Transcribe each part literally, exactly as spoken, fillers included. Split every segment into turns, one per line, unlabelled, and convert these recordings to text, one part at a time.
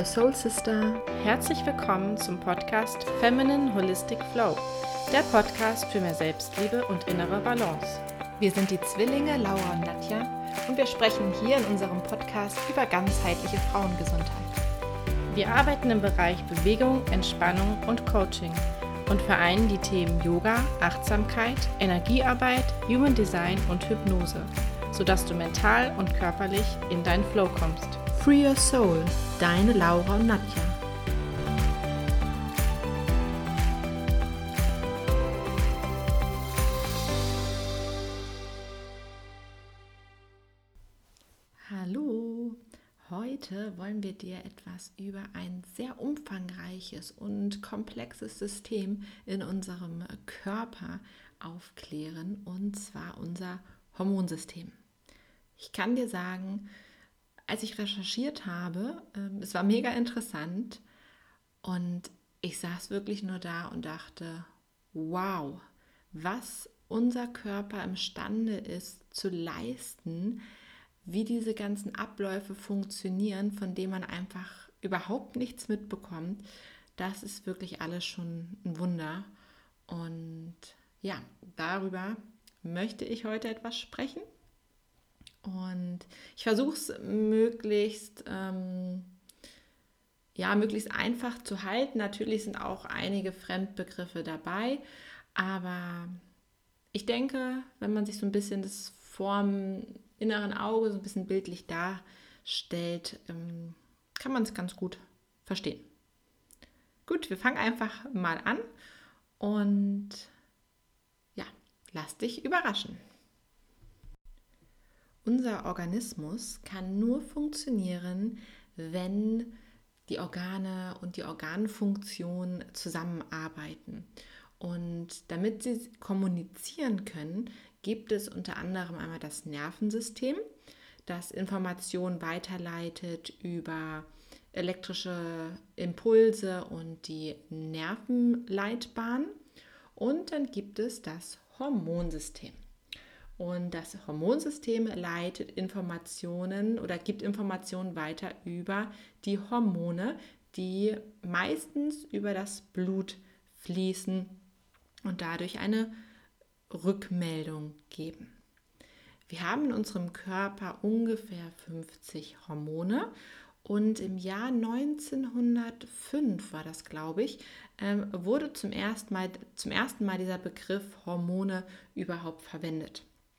your soul sister.
Herzlich willkommen zum Podcast Feminine Holistic Flow, der Podcast für mehr Selbstliebe und innere Balance.
Wir sind die Zwillinge Laura und Nadja und wir sprechen hier in unserem Podcast über ganzheitliche Frauengesundheit.
Wir arbeiten im Bereich Bewegung, Entspannung und Coaching und vereinen die Themen Yoga, Achtsamkeit, Energiearbeit, Human Design und Hypnose, sodass du mental und körperlich in deinen Flow kommst.
Free Your Soul, deine Laura und Nadja. Hallo, heute wollen wir dir etwas über ein sehr umfangreiches und komplexes System in unserem Körper aufklären, und zwar unser Hormonsystem. Ich kann dir sagen, als ich recherchiert habe, ähm, es war mega interessant und ich saß wirklich nur da und dachte, wow, was unser Körper imstande ist zu leisten, wie diese ganzen Abläufe funktionieren, von denen man einfach überhaupt nichts mitbekommt. Das ist wirklich alles schon ein Wunder. Und ja, darüber möchte ich heute etwas sprechen. Und ich versuche es möglichst, ähm, ja, möglichst einfach zu halten. Natürlich sind auch einige Fremdbegriffe dabei, aber ich denke, wenn man sich so ein bisschen das vorm inneren Auge so ein bisschen bildlich darstellt, ähm, kann man es ganz gut verstehen. Gut, wir fangen einfach mal an und ja, lass dich überraschen. Unser Organismus kann nur funktionieren, wenn die Organe und die Organfunktion zusammenarbeiten. Und damit sie kommunizieren können, gibt es unter anderem einmal das Nervensystem, das Informationen weiterleitet über elektrische Impulse und die Nervenleitbahn. Und dann gibt es das Hormonsystem. Und das Hormonsystem leitet Informationen oder gibt Informationen weiter über die Hormone, die meistens über das Blut fließen und dadurch eine Rückmeldung geben. Wir haben in unserem Körper ungefähr fünfzig Hormone und im Jahr neunzehnhundertfünf war das, glaube ich, ähm, wurde zum ersten Mal, zum ersten Mal dieser Begriff Hormone überhaupt verwendet.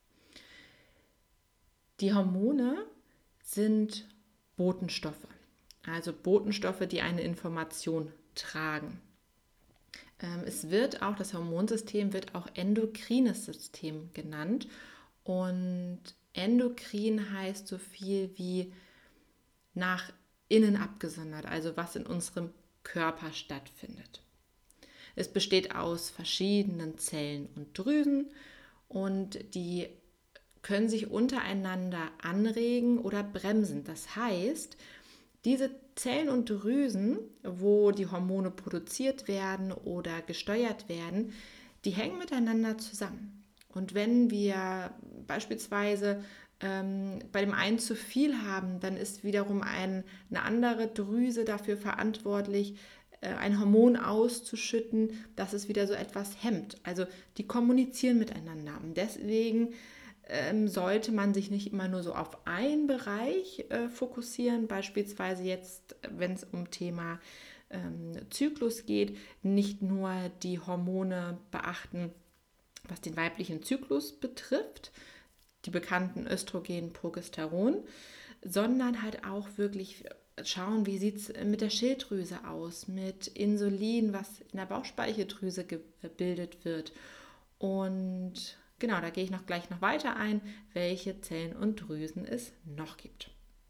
Die Hormone sind Botenstoffe, also Botenstoffe, die eine Information tragen. Ähm, es wird auch, das Hormonsystem wird auch endokrines System genannt, und endokrin heißt so viel wie nach innen abgesondert, also was in unserem Körper stattfindet. Es besteht aus verschiedenen Zellen und Drüsen und die können sich untereinander anregen oder bremsen. Das heißt, diese Zellen und Drüsen, wo die Hormone produziert werden oder gesteuert werden, die hängen miteinander zusammen. Und wenn wir beispielsweise ähm, bei dem einen zu viel haben, dann ist wiederum ein, eine andere Drüse dafür verantwortlich, äh, ein Hormon auszuschütten, das es wieder so etwas hemmt. Also die kommunizieren miteinander. Und deswegen Ähm, sollte man sich nicht immer nur so auf einen Bereich äh, fokussieren, beispielsweise jetzt, wenn es um Thema ähm, Zyklus geht, nicht nur die Hormone beachten, was den weiblichen Zyklus betrifft, die bekannten Östrogen, Progesteron, sondern halt auch wirklich schauen, wie sieht es mit der Schilddrüse aus, mit Insulin, was in der Bauchspeicheldrüse gebildet wird. Und genau, da gehe ich noch gleich noch weiter ein, welche Zellen und Drüsen es noch gibt.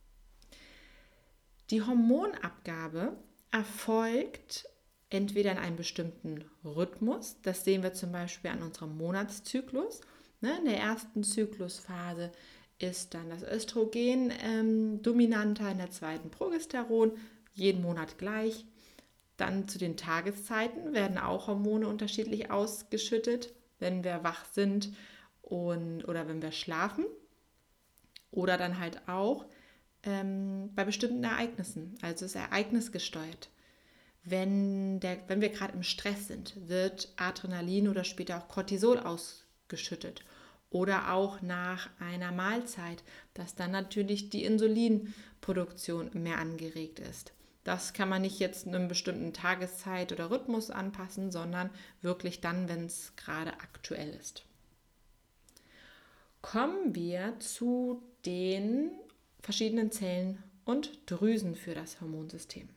Die Hormonabgabe erfolgt entweder in einem bestimmten Rhythmus, das sehen wir zum Beispiel an unserem Monatszyklus. In der ersten Zyklusphase ist dann das Östrogen ähm, dominanter, in der zweiten Progesteron, jeden Monat gleich. Dann zu den Tageszeiten werden auch Hormone unterschiedlich ausgeschüttet, wenn wir wach sind und, oder wenn wir schlafen. Oder dann halt auch ähm, bei bestimmten Ereignissen, also ist ereignisgesteuert. Wenn, der, wenn wir gerade im Stress sind, wird Adrenalin oder später auch Cortisol ausgeschüttet. Oder auch nach einer Mahlzeit, dass dann natürlich die Insulinproduktion mehr angeregt ist. Das kann man nicht jetzt in einer bestimmten Tageszeit oder Rhythmus anpassen, sondern wirklich dann, wenn es gerade aktuell ist. Kommen wir zu den verschiedenen Zellen und Drüsen für das Hormonsystem.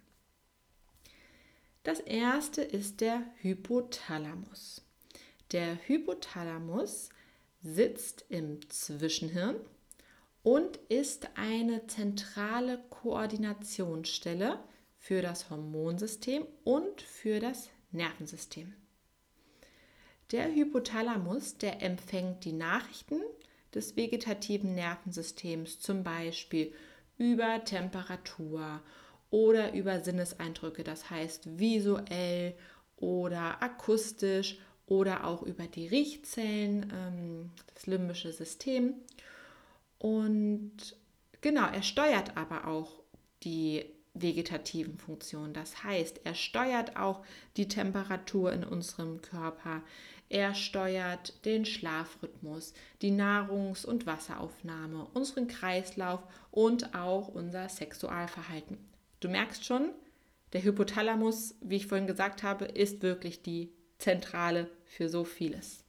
Das erste ist der Hypothalamus. Der Hypothalamus sitzt im Zwischenhirn und ist eine zentrale Koordinationsstelle für das Hormonsystem und für das Nervensystem. Der Hypothalamus, der empfängt die Nachrichten des vegetativen Nervensystems, zum Beispiel über Temperatur oder über Sinneseindrücke, das heißt visuell oder akustisch oder auch über die Riechzellen, ähm, das limbische System. Und genau, er steuert aber auch die vegetativen Funktionen. Das heißt, er steuert auch die Temperatur in unserem Körper. Er steuert den Schlafrhythmus, die Nahrungs- und Wasseraufnahme, unseren Kreislauf und auch unser Sexualverhalten. Du merkst schon, der Hypothalamus, wie ich vorhin gesagt habe, ist wirklich die Zentrale für so vieles.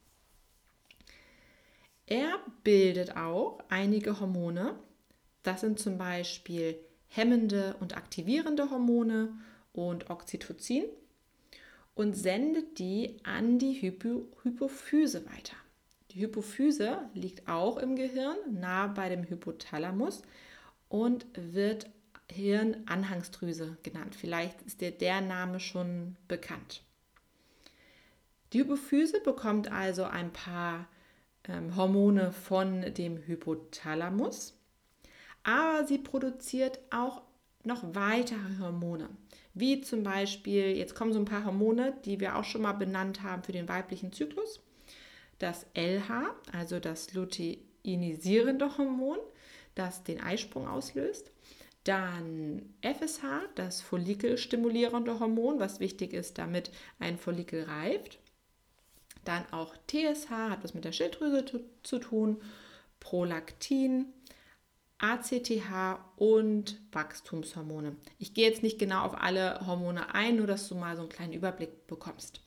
Er bildet auch einige Hormone. Das sind zum Beispiel hemmende und aktivierende Hormone und Oxytocin und sendet die an die Hypo- Hypophyse weiter. Die Hypophyse liegt auch im Gehirn, nah bei dem Hypothalamus und wird Hirnanhangsdrüse genannt. Vielleicht ist dir der Name schon bekannt. Die Hypophyse bekommt also ein paar ähm, Hormone von dem Hypothalamus, aber sie produziert auch noch weitere Hormone, wie zum Beispiel, jetzt kommen so ein paar Hormone, die wir auch schon mal benannt haben für den weiblichen Zyklus, das L H, also das luteinisierende Hormon, das den Eisprung auslöst. Dann F S H, das follikelstimulierende Hormon, was wichtig ist, damit ein Follikel reift. Dann auch T S H, hat was mit der Schilddrüse zu, zu tun, Prolaktin, A C T H und Wachstumshormone. Ich gehe jetzt nicht genau auf alle Hormone ein, nur dass du mal so einen kleinen Überblick bekommst.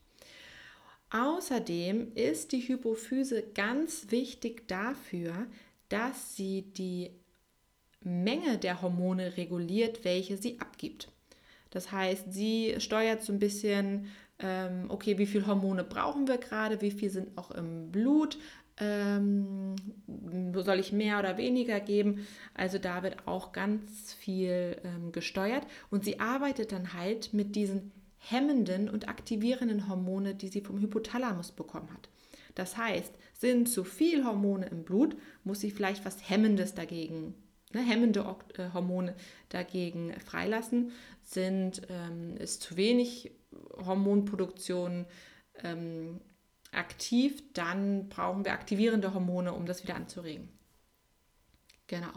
Außerdem ist die Hypophyse ganz wichtig dafür, dass sie die Menge der Hormone reguliert, welche sie abgibt. Das heißt, sie steuert so ein bisschen, ähm, okay, wie viele Hormone brauchen wir gerade, wie viel sind auch im Blut, ähm, soll ich mehr oder weniger geben? Also da wird auch ganz viel ähm, gesteuert und sie arbeitet dann halt mit diesen hemmenden und aktivierenden Hormone, die sie vom Hypothalamus bekommen hat. Das heißt, sind zu viel Hormone im Blut, muss sie vielleicht was Hemmendes dagegen Ne, hemmende Hormone dagegen freilassen, sind, ähm, ist zu wenig Hormonproduktion ähm, aktiv, dann brauchen wir aktivierende Hormone, um das wieder anzuregen. Genau.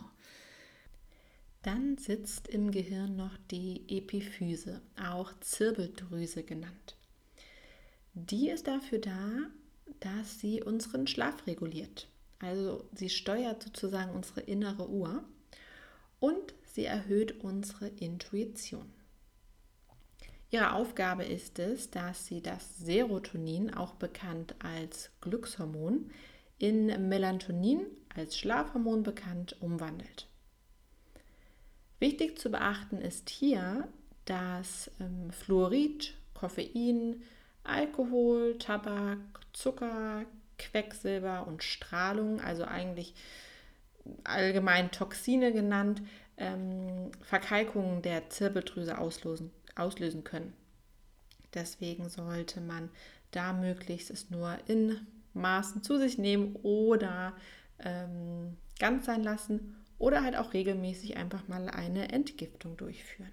Dann sitzt im Gehirn noch die Epiphyse, auch Zirbeldrüse genannt. Die ist dafür da, dass sie unseren Schlaf reguliert. Also sie steuert sozusagen unsere innere Uhr. Und sie erhöht unsere Intuition. Ihre Aufgabe ist es, dass sie das Serotonin, auch bekannt als Glückshormon, in Melatonin, als Schlafhormon bekannt, umwandelt. Wichtig zu beachten ist hier, dass ähm, Fluorid, Koffein, Alkohol, Tabak, Zucker, Quecksilber und Strahlung, also eigentlich allgemein Toxine genannt, ähm, Verkalkungen der Zirbeldrüse auslösen, auslösen können. Deswegen sollte man da möglichst es nur in Maßen zu sich nehmen oder ähm, ganz sein lassen oder halt auch regelmäßig einfach mal eine Entgiftung durchführen.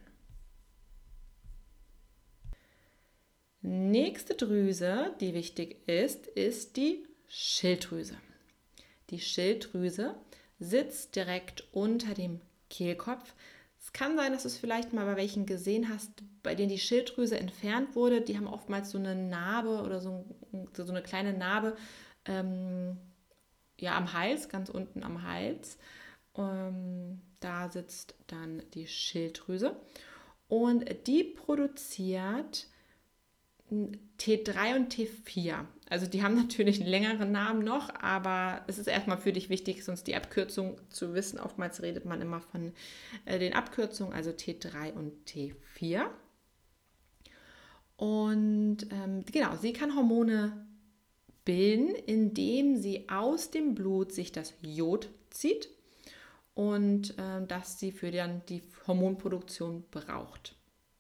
Nächste Drüse, die wichtig ist, ist die Schilddrüse. Die Schilddrüse sitzt direkt unter dem Kehlkopf. Es kann sein, dass du es vielleicht mal bei welchen gesehen hast, bei denen die Schilddrüse entfernt wurde. Die haben oftmals so eine Narbe oder so, so eine kleine Narbe ähm, ja, am Hals, ganz unten am Hals. Ähm, da sitzt dann die Schilddrüse und die produziert T drei und T vier. Also die haben natürlich einen längeren Namen noch, aber es ist erstmal für dich wichtig, sonst die Abkürzung zu wissen. Oftmals redet man immer von äh, den Abkürzungen, also T drei und T vier. Und ähm, genau, sie kann Hormone bilden, indem sie aus dem Blut sich das Jod zieht und äh, das sie für dann die Hormonproduktion braucht.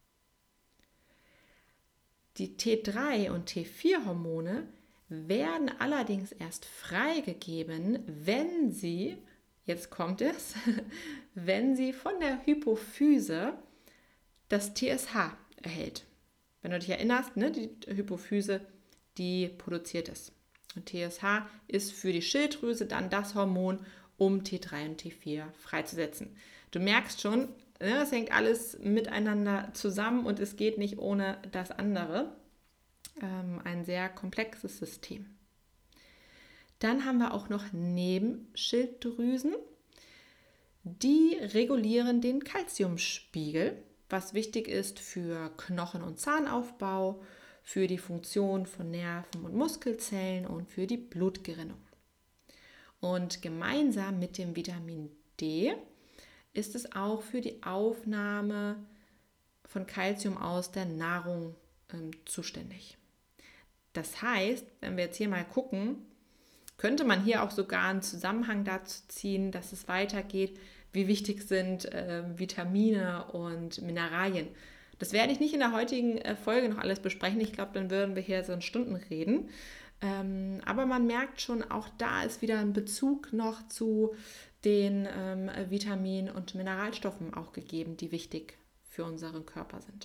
Die T drei und T vier Hormone werden allerdings erst freigegeben, wenn sie, jetzt kommt es, wenn sie von der Hypophyse das T S H erhält. Wenn du dich erinnerst, ne, die Hypophyse, die produziert es. Und T S H ist für die Schilddrüse dann das Hormon, um T drei und T vier freizusetzen. Du merkst schon, es hängt alles miteinander zusammen und es geht nicht ohne das andere. Ähm, ein sehr komplexes System. Dann haben wir auch noch Nebenschilddrüsen. Die regulieren den Calciumspiegel, was wichtig ist für Knochen- und Zahnaufbau, für die Funktion von Nerven und Muskelzellen und für die Blutgerinnung. Und gemeinsam mit dem Vitamin D ist es auch für die Aufnahme von Calcium aus der Nahrung ähm, zuständig. Das heißt, wenn wir jetzt hier mal gucken, könnte man hier auch sogar einen Zusammenhang dazu ziehen, dass es weitergeht, wie wichtig sind äh, Vitamine und Mineralien. Das werde ich nicht in der heutigen äh, Folge noch alles besprechen. Ich glaube, dann würden wir hier so in Stunden reden. Ähm, aber man merkt schon, auch da ist wieder ein Bezug noch zu den ähm, Vitamin- und Mineralstoffen auch gegeben, die wichtig für unseren Körper sind.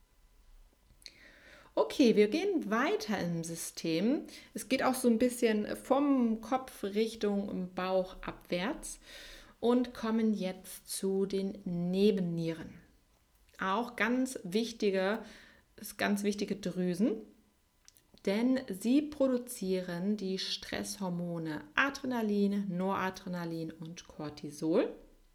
Okay, wir gehen weiter im System. Es geht auch so ein bisschen vom Kopf Richtung Bauch abwärts und kommen jetzt zu den Nebennieren. Auch ganz wichtige, ganz wichtige Drüsen, denn sie produzieren die Stresshormone Adrenalin, Noradrenalin und Cortisol,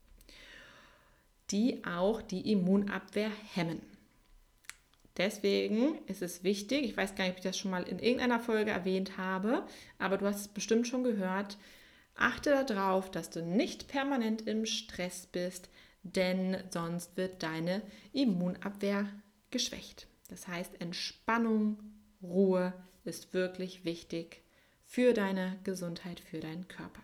die auch die Immunabwehr hemmen. Deswegen ist es wichtig, ich weiß gar nicht, ob ich das schon mal in irgendeiner Folge erwähnt habe, aber du hast es bestimmt schon gehört, achte darauf, dass du nicht permanent im Stress bist, denn sonst wird deine Immunabwehr geschwächt. Das heißt, Entspannung, Ruhe ist wirklich wichtig für deine Gesundheit, für deinen Körper.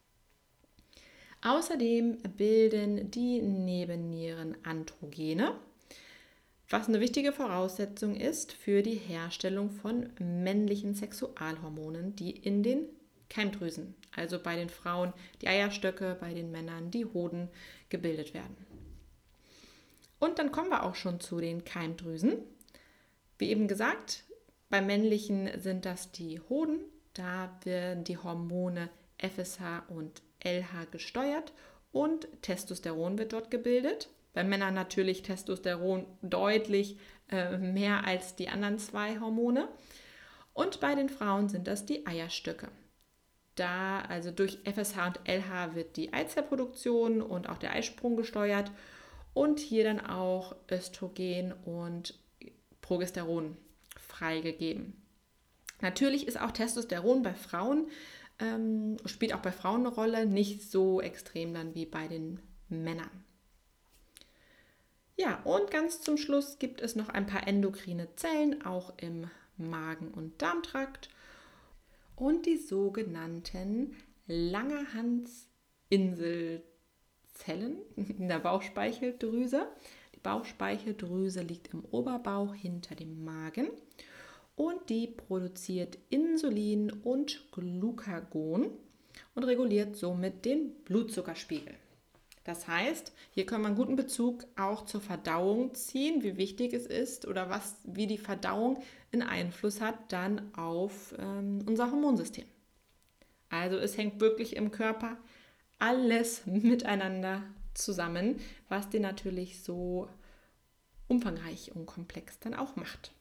Außerdem bilden die Nebennieren Androgene, was eine wichtige Voraussetzung ist für die Herstellung von männlichen Sexualhormonen, die in den Keimdrüsen, also bei den Frauen die Eierstöcke, bei den Männern die Hoden gebildet werden. Und dann kommen wir auch schon zu den Keimdrüsen. Wie eben gesagt, beim männlichen sind das die Hoden, da werden die Hormone F S H und L H gesteuert und Testosteron wird dort gebildet. Bei Männern natürlich Testosteron deutlich äh, mehr als die anderen zwei Hormone. Und bei den Frauen sind das die Eierstöcke. Da, also durch F S H und L H wird die Eizellproduktion und auch der Eisprung gesteuert und hier dann auch Östrogen und Progesteron freigegeben. Natürlich ist auch Testosteron bei Frauen, ähm, spielt auch bei Frauen eine Rolle, nicht so extrem dann wie bei den Männern. Ja, und ganz zum Schluss gibt es noch ein paar endokrine Zellen, auch im Magen- und Darmtrakt und die sogenannten Langerhansinselzellen in der Bauchspeicheldrüse. Die Bauchspeicheldrüse liegt im Oberbauch hinter dem Magen und die produziert Insulin und Glucagon und reguliert somit den Blutzuckerspiegel. Das heißt, hier kann man einen guten Bezug auch zur Verdauung ziehen, wie wichtig es ist oder was, wie die Verdauung einen Einfluss hat dann auf ähm, unser Hormonsystem. Also es hängt wirklich im Körper alles miteinander zusammen, was den natürlich so umfangreich und komplex dann auch macht.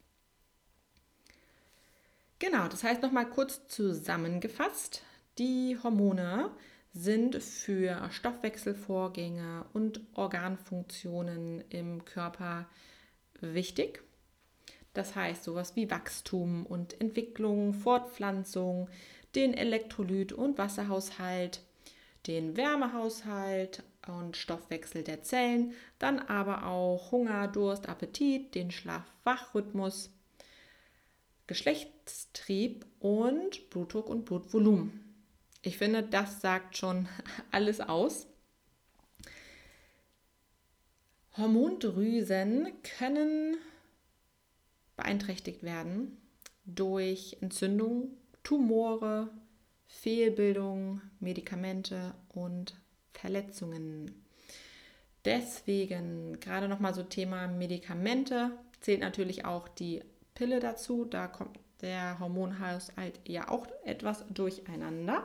Genau, das heißt nochmal kurz zusammengefasst, die Hormone sind für Stoffwechselvorgänge und Organfunktionen im Körper wichtig. Das heißt sowas wie Wachstum und Entwicklung, Fortpflanzung, den Elektrolyt- und Wasserhaushalt, den Wärmehaushalt und Stoffwechsel der Zellen, dann aber auch Hunger, Durst, Appetit, den Schlaf-Wach-Rhythmus, Geschlechtstrieb und Blutdruck und Blutvolumen. Ich finde, das sagt schon alles aus. Hormondrüsen können beeinträchtigt werden durch Entzündung, Tumore, Fehlbildung, Medikamente und Verletzungen. Deswegen gerade nochmal so Thema Medikamente, zählt natürlich auch die Pille dazu. Da kommt der Hormonhaushalt ja auch etwas durcheinander.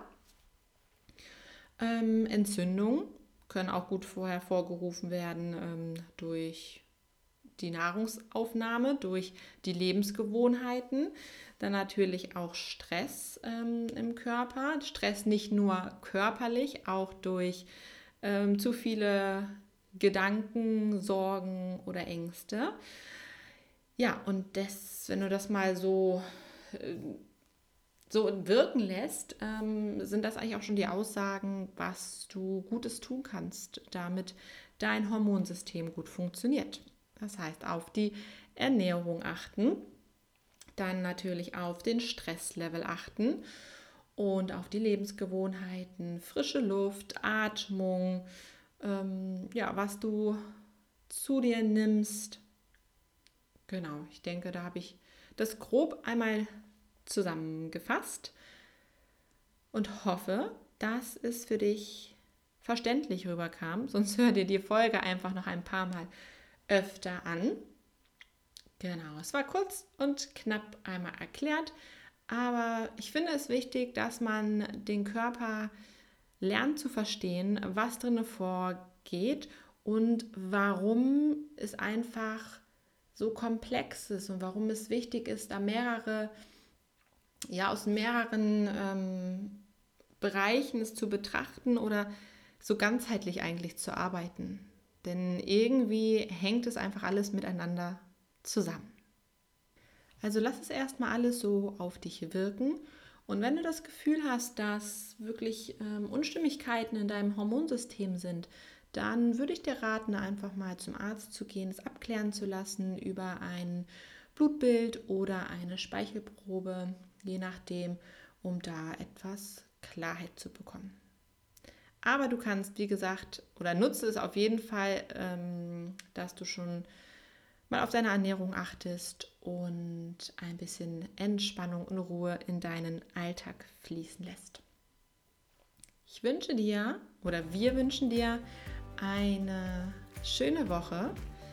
Ähm, Entzündungen können auch gut vorher hervorgerufen werden ähm, durch die Nahrungsaufnahme, durch die Lebensgewohnheiten. Dann natürlich auch Stress ähm, im Körper. Stress nicht nur körperlich, auch durch ähm, zu viele Gedanken, Sorgen oder Ängste. Ja, und das, wenn du das mal so, äh, so wirken lässt, ähm, sind das eigentlich auch schon die Aussagen, was du Gutes tun kannst, damit dein Hormonsystem gut funktioniert. Das heißt, auf die Ernährung achten, dann natürlich auf den Stresslevel achten und auf die Lebensgewohnheiten, frische Luft, Atmung, ähm, ja, was du zu dir nimmst. Genau, ich denke, da habe ich das grob einmal zusammengefasst und hoffe, dass es für dich verständlich rüberkam. Sonst hör dir die Folge einfach noch ein paar Mal öfter an. Genau, es war kurz und knapp einmal erklärt, aber ich finde es wichtig, dass man den Körper lernt zu verstehen, was drin vorgeht und warum es einfach so komplex ist und warum es wichtig ist, da mehrere, ja, aus mehreren ähm, Bereichen es zu betrachten oder so ganzheitlich eigentlich zu arbeiten. Denn irgendwie hängt es einfach alles miteinander zusammen. Also lass es erstmal alles so auf dich wirken. Und wenn du das Gefühl hast, dass wirklich ähm, Unstimmigkeiten in deinem Hormonsystem sind, dann würde ich dir raten, einfach mal zum Arzt zu gehen, es abklären zu lassen über ein Blutbild oder eine Speichelprobe, je nachdem, um da etwas Klarheit zu bekommen. Aber du kannst, wie gesagt, oder nutze es auf jeden Fall, ähm, dass du schon mal auf deine Ernährung achtest und ein bisschen Entspannung und Ruhe in deinen Alltag fließen lässt. Ich wünsche dir oder wir wünschen dir eine schöne Woche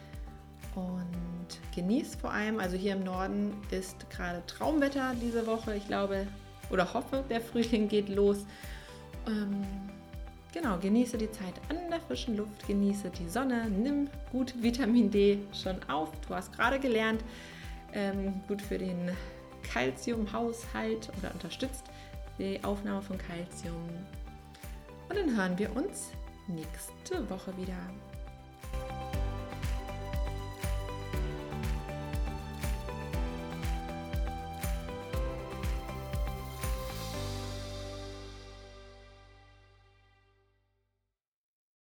und genieß vor allem, also hier im Norden ist gerade Traumwetter diese Woche. Ich glaube oder hoffe, der Frühling geht los. Ähm, Genau, genieße die Zeit an der frischen Luft, genieße die Sonne, nimm gut Vitamin D schon auf. Du hast gerade gelernt, ähm, gut für den Calciumhaushalt oder unterstützt die Aufnahme von Calcium. Und dann hören wir uns nächste Woche wieder.